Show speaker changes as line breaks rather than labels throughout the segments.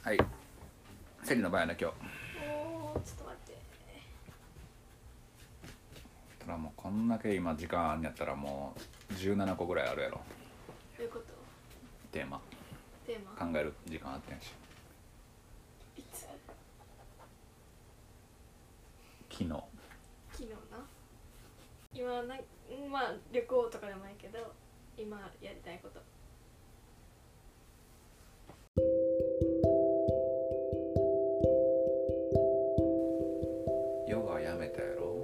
はい。セリの場合やな今日。
おー、ちょっと待って。
ただもうこんだけ今時間あんやったらもう17個ぐらいあるやろ。
どういうこと？
テーマ
テーマ？
考える時間あってんし。
いつ？
昨日。
昨日な。今まあ旅行とかでもないけど、今やりたいこと。
ヨガやめたやろ。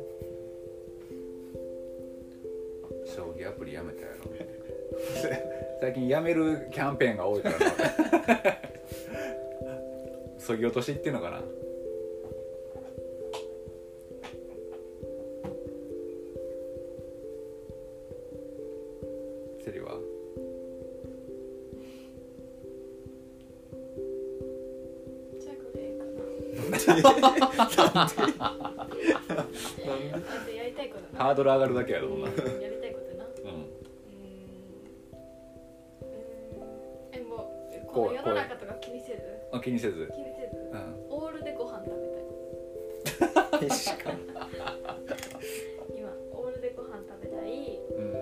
将棋アプリやめたやろ。最近やめるキャンペーンが多いからな。そぎ落としっていうのかな。セリは
じゃあこれいいかな。なんでやりたいことな。
ハードル上がるだけやろそんな。
やりたいことな。もうこの世の中とか気にせず
気にせず、
オールでご飯食べたい。
しかも
今オールでご飯食べたい。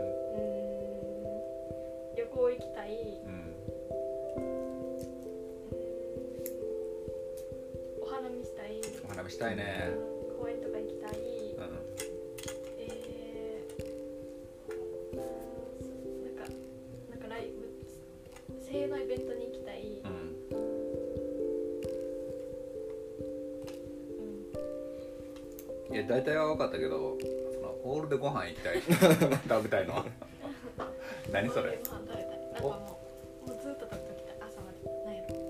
旅行行きたい。お花見したい。
お花見したいね。
公園とか行きたい。なんかライブ声優のイベントに行きたい。
いや大体は分かったけど、そのオールでご飯行きたい食べたいのは何それ。
ご飯食べたい。なんかもうずっと食べときたい。朝まで。なんやろ。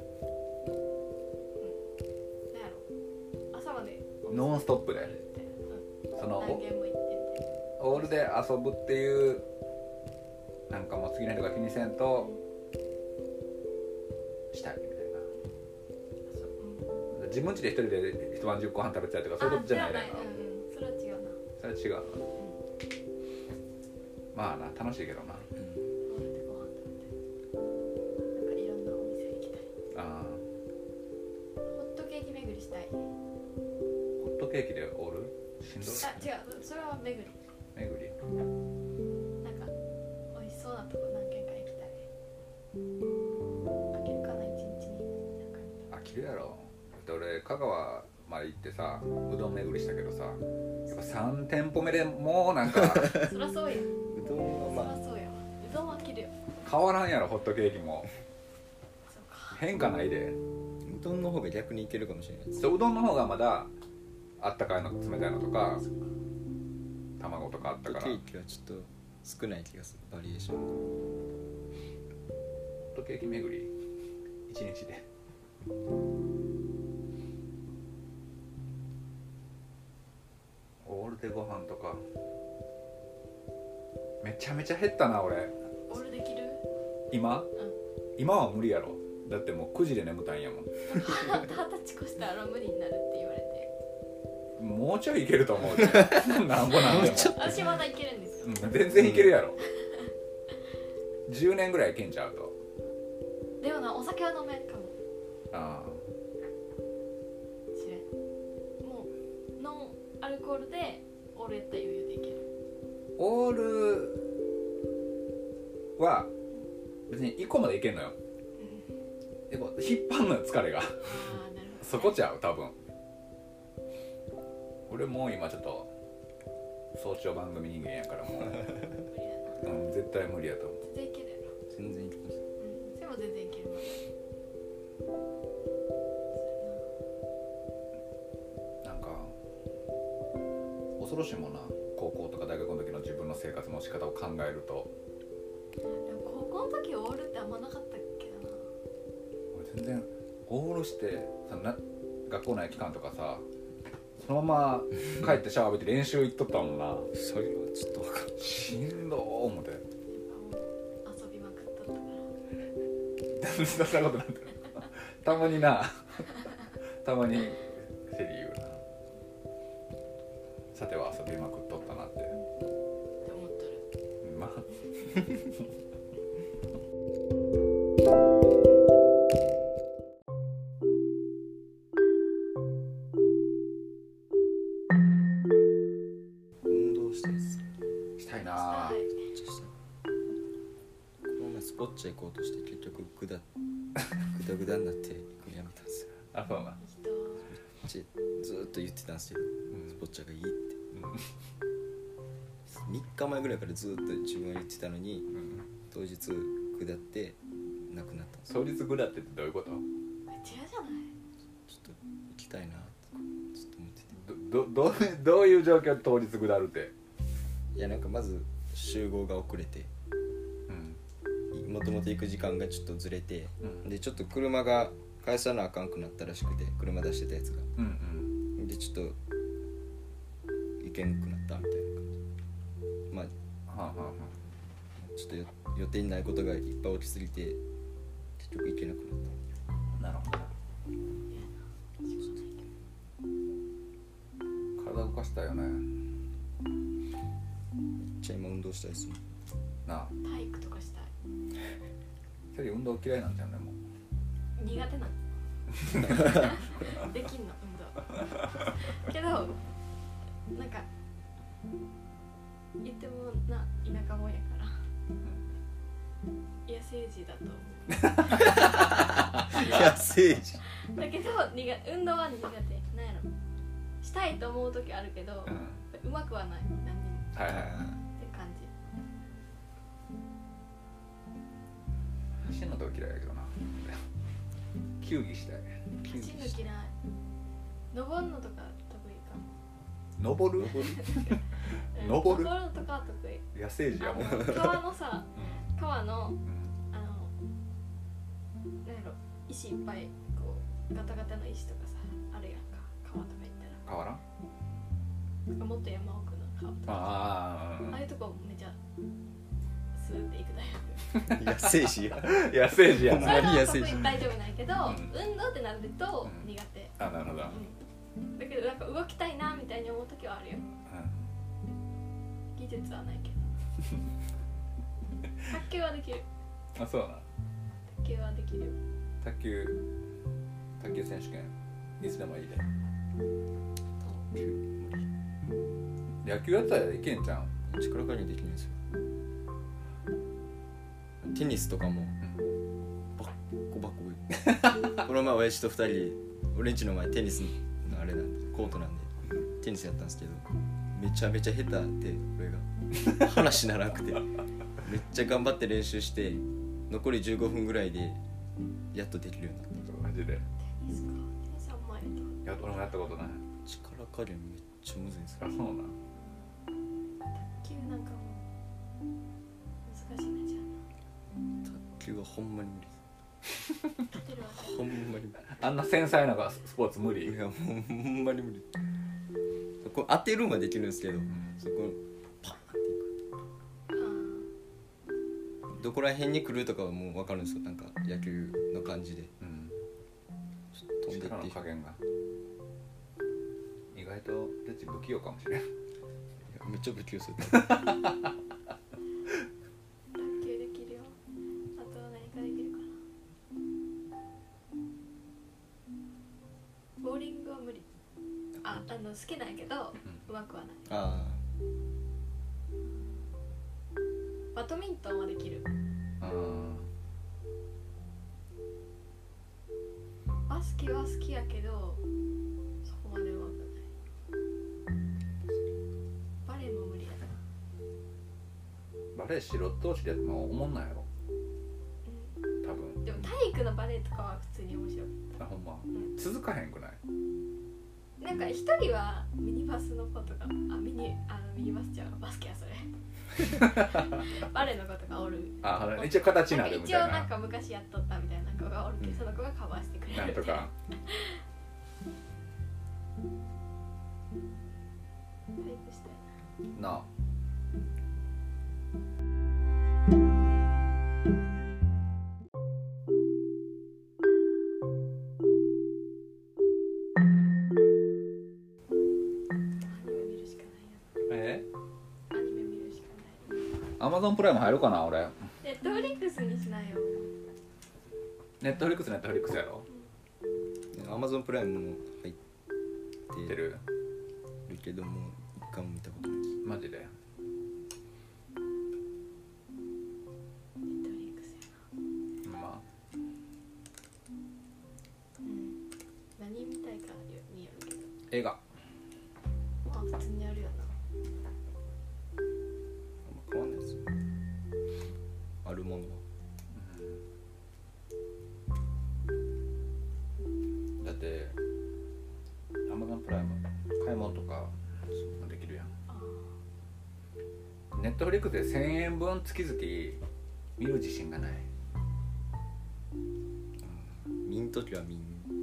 なんやろ。朝まで
ノンストップでその
何軒も行ってみて。
オールで遊ぶっていうなんかもう次の人が気にせんとしたいみたいな。自分家で一人で一晩中ご飯食べてたりとかそういうことじゃないね。
それは違うな。
それは違うな。まあな、楽しいけどな。
オールでご飯食べて。なんかいろんなお店行きたい。
あ
ホットケーキ巡りしたい。
ホットケーキでオールしんどい。
違う、それは巡り。
巡り。
なんか美味しそうなとこ何軒か行きたい。飽きるかな、一日に何回も。
飽きるやろ。だって俺香川まで行ってさ、うどん巡りしたけどさ、やっぱ3店舗目でもうなんか
そらそうや。
うどんは
そらそうやわ。うどんは飽きるよ。
変わらんやろホットケーキも。
そうか。
変化ないで。
うどんの方が逆にいけるかもしれないです。
そううどんの方がまだあったかいの冷たいのとか卵とかあったから。
ケーキはちょっと少ない気がする、バリエーションが。
ホットケーキ巡り1日で。オールでご飯とかめちゃめちゃ減ったな俺。
オールできる？
今は無理やろ。だってもう9時で眠たいんやもん。
20歳越したら無理になるって言われて。
もうちょいいけると思う。なんぼなんでも。
私まだいけるんですよ。
全然いけるやろ。10年ぐらいいけんちゃうと。
でもな、お酒は飲めんかも
あ
しれん。もうノンアルコールでオールやったら余裕でいける。
オールは別に1個までいけんのよ。でも引っ張んのよ疲れが。
ああ、なるほど、ね。
そこちゃう多分。俺もう今ちょっと早朝番組人間やからもう、
無理やな。
絶対無理やと思う。
全然いけるやろ。
全然いけます。
それも全然いけるま
なんか恐ろしいもんな、高校とか大学の時の自分の生活の仕方を考えると。
でも高校の時オールってあんまなかったっけどな。
俺全然オールしてさ学校内期間とかさ、そのまま帰ってシャワー浴びて練習行っとったもんな。
それはちょっと分かる。
しんどー思って。
やっぱもう遊びまくっとったから。
そんなことなんてたまになたまにセリ言うな。さては遊びまくっとったなって
って思っとる。
まあ
チャ行こうとして結局グダグダになって行くのやめたんですよ。
あ、そうな。
人
ずーっと言ってたんですけど、
ん
スポッチャがいいって3日前ぐらいからずーっと自分は言ってたのに、当日下って亡くなったんですよ。
当日グラってどういうこと？
めっちゃ嫌じゃない？
ちょっと行きたいなってずっと思ってて、
どういう状況で当日グラるって？
いやなんかまず集合が遅れて、もともと行く時間がちょっとずれて、でちょっと車が返さなあかんくなったらしくて、車出してたやつが、でちょっと行けんくなったみたいな感じ。まあ、ちょっと予定にないことがいっぱい起きすぎて結局行けなくなった。
なるほど。体動かしたいよね。
めっちゃ今運動したいですもん。
なあ、
体育とかしたい。
テリー運動嫌いなんじゃんね、もう。
苦手なのできんの運動けどなんか言ってもな田舎もんやから野生児だと思
野生児
うだけど運動は苦手なんやろしたいと思う時あるけど、うまくはない何にも
はいはいはい。
って感じ。
走るのとか嫌いやけどな。球技したい。球
走るの
技したい。
嫌い登るのとか得意かも
登る？登る
登るのとかは得意
野生児やもん。
川のさ川のなんやろ石いっぱいこうガタガタの石とかさあるやんか川とか行ったら
変わらん？
もっと山奥の川とか
あ
ああいうとこめちゃスーって行く大
野生児や
野生児や
学そ
な。
れは得
野生児
意大丈夫ないけど、
うん
運動ってなると苦手、
あ、なるほど。
だけどなんか動きたいなみたいに思う時はあるよ。技術はないけど卓球はできる。
あ、そうな。
卓球はできる。
卓球選手権いつでもいいで。野球やったらいけんじゃん。
力加減できないんですよ。テニスとかもバッコバコこの前親父と2人で俺んちの前テニスのあれなんでコートなんでテニスやったんですけど、めちゃめちゃ下手で俺が話ならなくてめっちゃ頑張って練習して残り15分ぐらいでやっとできるようになった。
マジで。
テニスか。テニスあんまりやったことない。
俺もやったことない。
力加減めっちゃむずいんですよ。
あ、そうな。
卓球なんかも難しいねじゃ
卓球はほんまに無理で
あ。勝てるわけ。
す。ほんまに無理。
あんな繊細なスポーツ無理。
いやもうほんまに無理。そこ当てるんはできるんですけど、そこパーンっていく。どこら辺に来るとかはもう分かるんですよ。なんか野球の感じで。ちょっと飛んで
力の
って
加減が意外とレッチ不器用かもしれん。
めっちゃ不器用する。
卓球できるよ。あとは何かできるかな。ボーリングは無理。好きなんやけど、うまくはない。
あ
バドミントンはできる。バスケは好きやけどそこまでうまくない。バレーも無理やな。
バレー素人同士でやってもおもんないやろ多分。
でも体育のバレーとかは普通に面白かった。
あ、ほんま、
ん
続かへんくない？
なんか一人はミニバスの子とかミニバスちゃうバスケやそれバレーの子とかおる。
一応形になるみたいな。
一応なんか昔やっとったみたいな子がおるけど、その子がカバーしてくれる
なんとか
体育したいな。
なあ。アマゾンプライム入るかな俺。
ネットフリックスにしないよ。
ネットフリックスやろ。
あ。アマゾンプライムも入って
出る。
るけども一回も見たことないです。
マジで。
ネットフリックスやな。
映画
あ普通にあるよな。
変わんないですよあるものは。
だってAmazon プライム買い物とかできるやん。ネットフリックスで1000円分月々見る自信がない。
見んときは見ん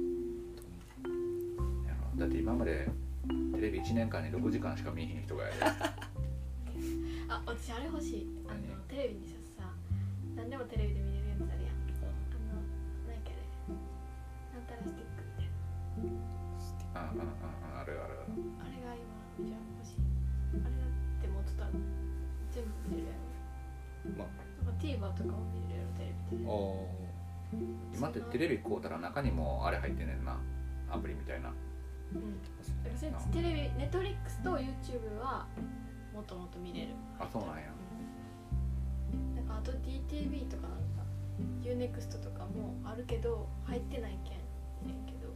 だって今までテレビ1年間に6時間しか見えへん人がやる
あ、私あれ欲しい。テレビにさ、何でもテレビで見れるやつあるやん。何やっけあれ、なんたらスティックみたいな。
あるある。
あれが今じゃ欲しい。あれだってもうちょっと全部見れるやろ。なんか TVer とかも見れるやろテレビで。
今ってテレビ買うたら中にもあれ入ってんねんな、アプリみたいな。
だからテレビ、ネットフリックスと YouTube はもともと見れる。
あ、そうなんや。
なんかあと DTV とかなんか UNEXT とかもあるけど入ってないけんけど。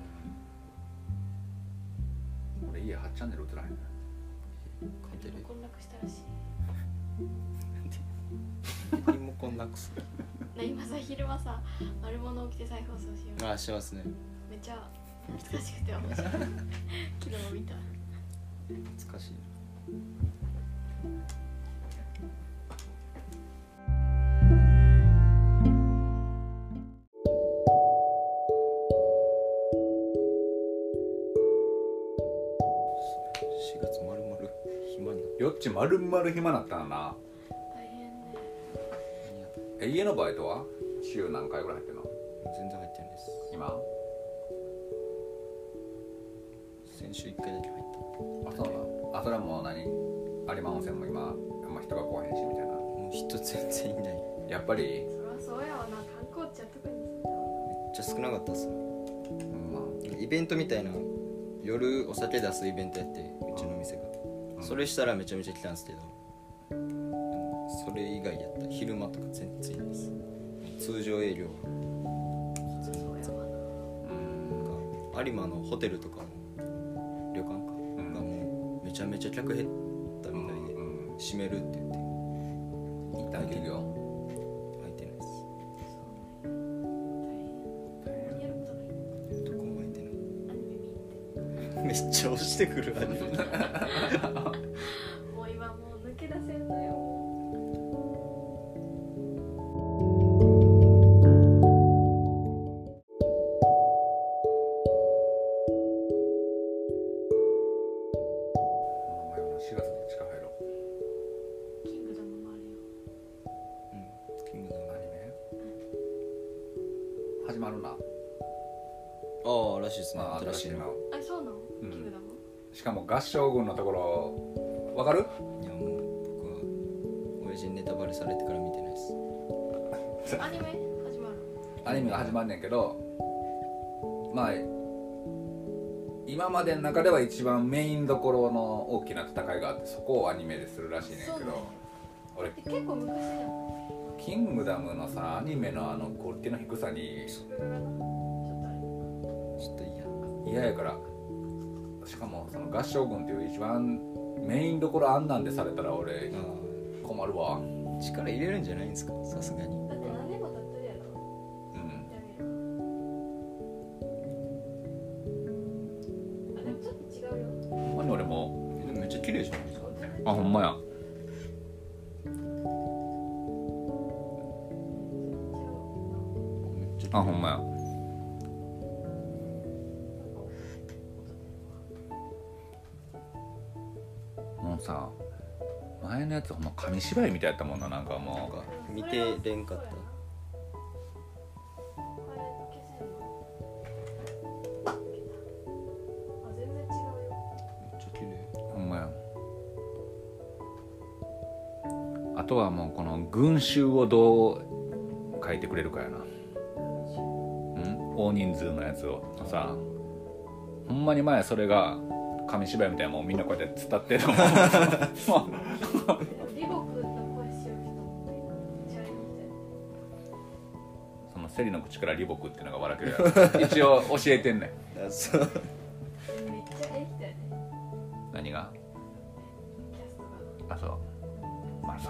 俺家8チャンネル映らへん。
こんなくしたらしい。
リモコンなくす
今さ昼間さ丸物起きて再放送しよう。
あ、しますね。
めっちゃ懐かしくて面白い。昨日見た。
懐かしい。4月まるまる暇になった。
よっちまるまる暇なったんな。
大変ね。
家のバイトは週何回ぐらい入ってんの？
全然入ってないです。
今？
先週1回だけ入った。
あ、そうなの。あ、それはもう何？有馬温泉も今あんま人が来へんしみたいな。
もう人全然いない。
やっぱり？
そりゃそうやわな。観光地は特に
めっちゃ少なかったっすね。
まあ、
イベントみたいな夜お酒出すイベントやってうちの店が、それしたらめちゃめちゃ来たんですけど、それ以外やった昼間とか全然いないです。通常営業は
そうやわな。
有馬のホテルとかも旅館か、がもうめちゃめちゃ客減ったみたいで、閉めるって言って
一旦休業
空いてないです。
やることない。
どこも空いてない。
アニメ見て。
めっちゃ押してくるアニメ
もう今もう抜け出せんのよ。
4月どっちか入ろう。
キングダムもあるよ。
キングダム
アニメ始まるな。
ああらしいですね。新しいの。
あ、そうなの？キングダム。
しかも合唱軍のところわかる？
いやもう僕は親父にネタバレされてから見てないです。
アニメ始まる。
アニメが始まんねんけど、まあ今までの中では一番メインどころの大きな戦いがあって、そこをアニメでするらしいねんけど、俺
結構昔じゃん。
キングダムのさアニメのクオリティの低さに
ちょっと
ちょっと
嫌やから。しかもその合唱軍っていう一番メインどころあんなんでされたら俺困るわ。
力入れるんじゃないんですか、さすがに。
だって何年も経ってるやろ。あ、でもちょっと違うよ。
ほんまに俺も
でもめっちゃ綺麗じゃないですか。
あ、ほんまや。
めっちゃ綺麗。
あ、ほんまや。もうさ、前のやつほんま紙芝居みたいやったもんな。なんかもう
見てれんかった。
全然違うよ。
めっちゃ綺麗。
ほんまや。あとはもうこの群衆をどう書いてくれるかやな。大人数のやつをさ、ほんまに前それが紙芝居みたいなもんみんなこうやって伝ってるのも
リボクの声しよう人もめっちゃありま
そのセリの口からリボクっていうのが笑けるやつ一応教えてんねん。
あ、そう。
めっちゃ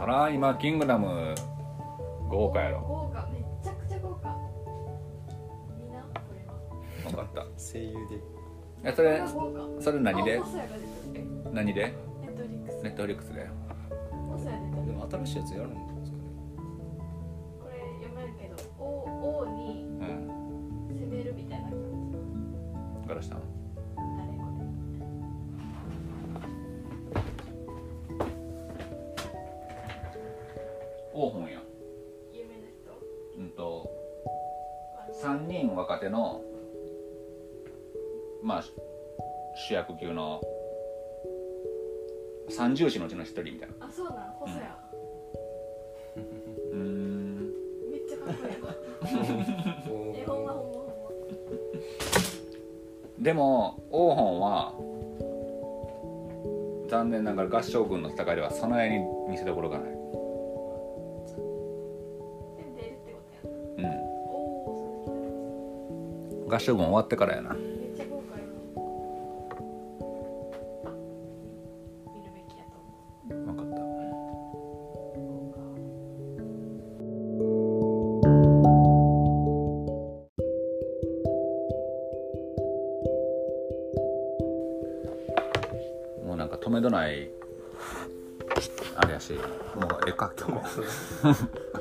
そら今キングダム豪華やろ。
豪華、めっちゃくちゃ豪華。いいなこれは。
分かった。
声優で
それ
豪華。
それ何で
あ細谷が出てる。
何で
ネットフリックス。
ネットフリックスで。
細谷出てる。
でも新しいやつやるんですかね。
これ読めるけど、王に
うん
攻めるみたいな感じ。
からしたん
誰これ。
王本や。
有名な人。
3人若手のまあ主役級の三重士のうちの一人みたいな。
あ、そうなん、細谷。めっちゃかっこいいわ。ほんま。
でも王本は残念ながら合従軍の戦いではその間に見せ所がない。
で出るってことやな。
うん。
おお、
合従軍終わってからやな。
めっちゃ豪華よ。見るべきやと思う。
分かった。
豪華。
もうなんか止めどないあれやし、もうええか今日。